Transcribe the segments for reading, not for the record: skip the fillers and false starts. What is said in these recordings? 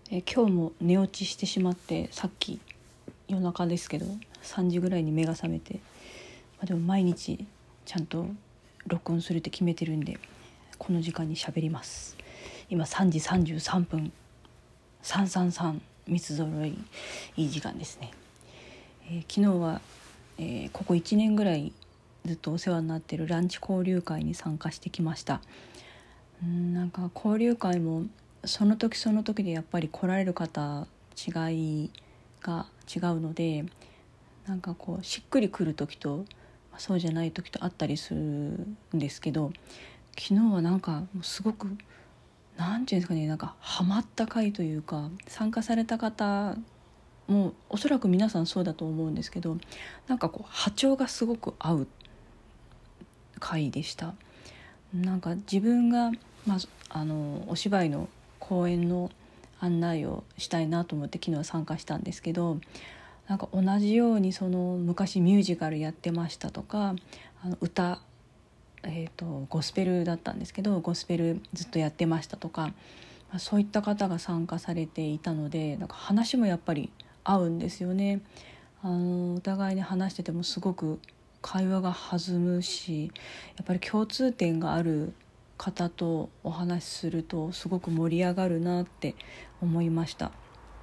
今日も寝落ちしてしまって、さっき夜中ですけど3時ぐらいに目が覚めて、でも毎日ちゃんと録音するって決めてるんで、この時間に喋ります。今3時33分、333三つ揃い、いい時間ですね。昨日は、ここ1年ぐらいずっとお世話になっているランチ交流会に参加してきました。なんか交流会もその時その時でやっぱり来られる方違いが違うので、なんかこうしっくりくる時とそうじゃない時とあったりするんですけど、昨日はなんかもうすごくなんていうんですかね、なんかハマった会というか、参加された方もおそらく皆さんそうだと思うんですけど、なんかこう波長がすごく合う会でした。なんか自分が、お芝居の公演の案内をしたいなと思って昨日は参加したんですけど、なんか同じようにその昔ミュージカルやってましたとか、歌、ゴスペルだったんですけどゴスペルずっとやってましたとか、そういった方が参加されていたので、なんか話もやっぱり合うんですよね。お互いに話しててもすごく会話が弾むし、やっぱり共通点がある方とお話しするとすごく盛り上がるなって思いました。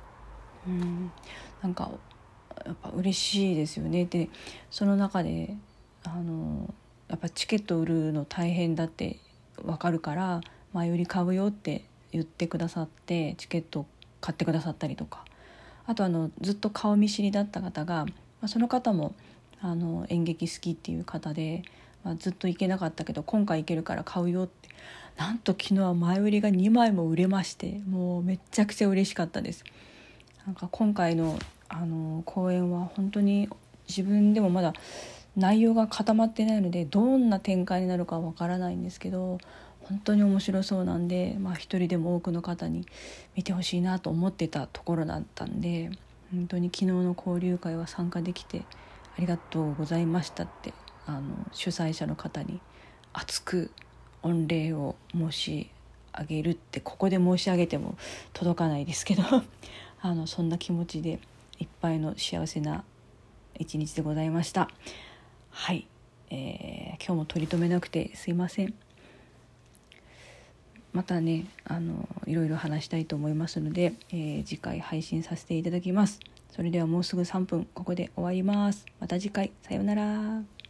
なんかやっぱ嬉しいですよね。でその中でやっぱチケット売るの大変だって分かるから前売り買うよって言ってくださって、チケット買ってくださったりとか、あとずっと顔見知りだった方が、その方も演劇好きっていう方で、ずっと行けなかったけど今回行けるから買うよって、なんと昨日は前売りが2枚も売れまして、もうめっちゃくちゃ嬉しかったです。なんか今回の公演は本当に自分でもまだ内容が固まってないので、どんな展開になるかわからないんですけど、本当に面白そうなんで、一人でも多くの方に見てほしいなと思ってたところだったんで、本当に昨日の交流会は参加できてありがとうございましたって主催者の方に熱く御礼を申し上げるって、ここで申し上げても届かないですけどそんな気持ちでいっぱいの幸せな一日でございました。はい、今日も取り留めなくてすいません。またねいろいろ話したいと思いますので、次回配信させていただきます。それではもうすぐ3分ここで終わります。また次回、さようなら。